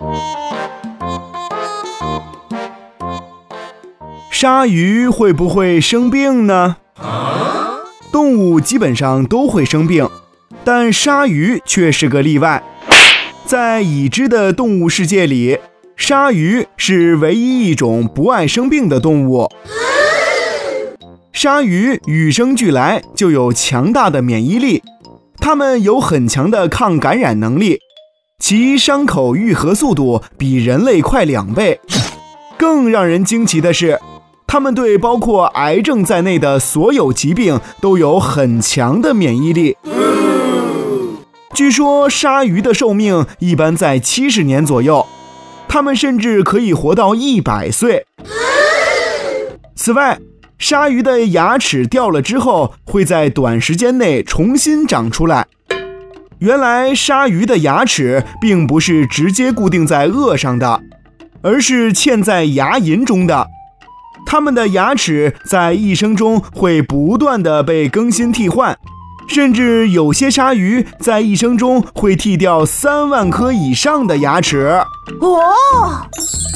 鲨鱼会不会生病呢？动物基本上都会生病，但鲨鱼却是个例外。在已知的动物世界里，鲨鱼是唯一一种不爱生病的动物。鲨鱼与生俱来就有强大的免疫力，它们有很强的抗感染能力，其伤口愈合速度比人类快2倍。更让人惊奇的是，它们对包括癌症在内的所有疾病都有很强的免疫力。据说鲨鱼的寿命一般在70年左右，它们甚至可以活到100岁。此外，鲨鱼的牙齿掉了之后，会在短时间内重新长出来。原来鲨鱼的牙齿并不是直接固定在颚上的，而是嵌在牙龈中的。它们的牙齿在一生中会不断地被更新替换，甚至有些鲨鱼在一生中会剃掉3万颗以上的牙齿。 哦，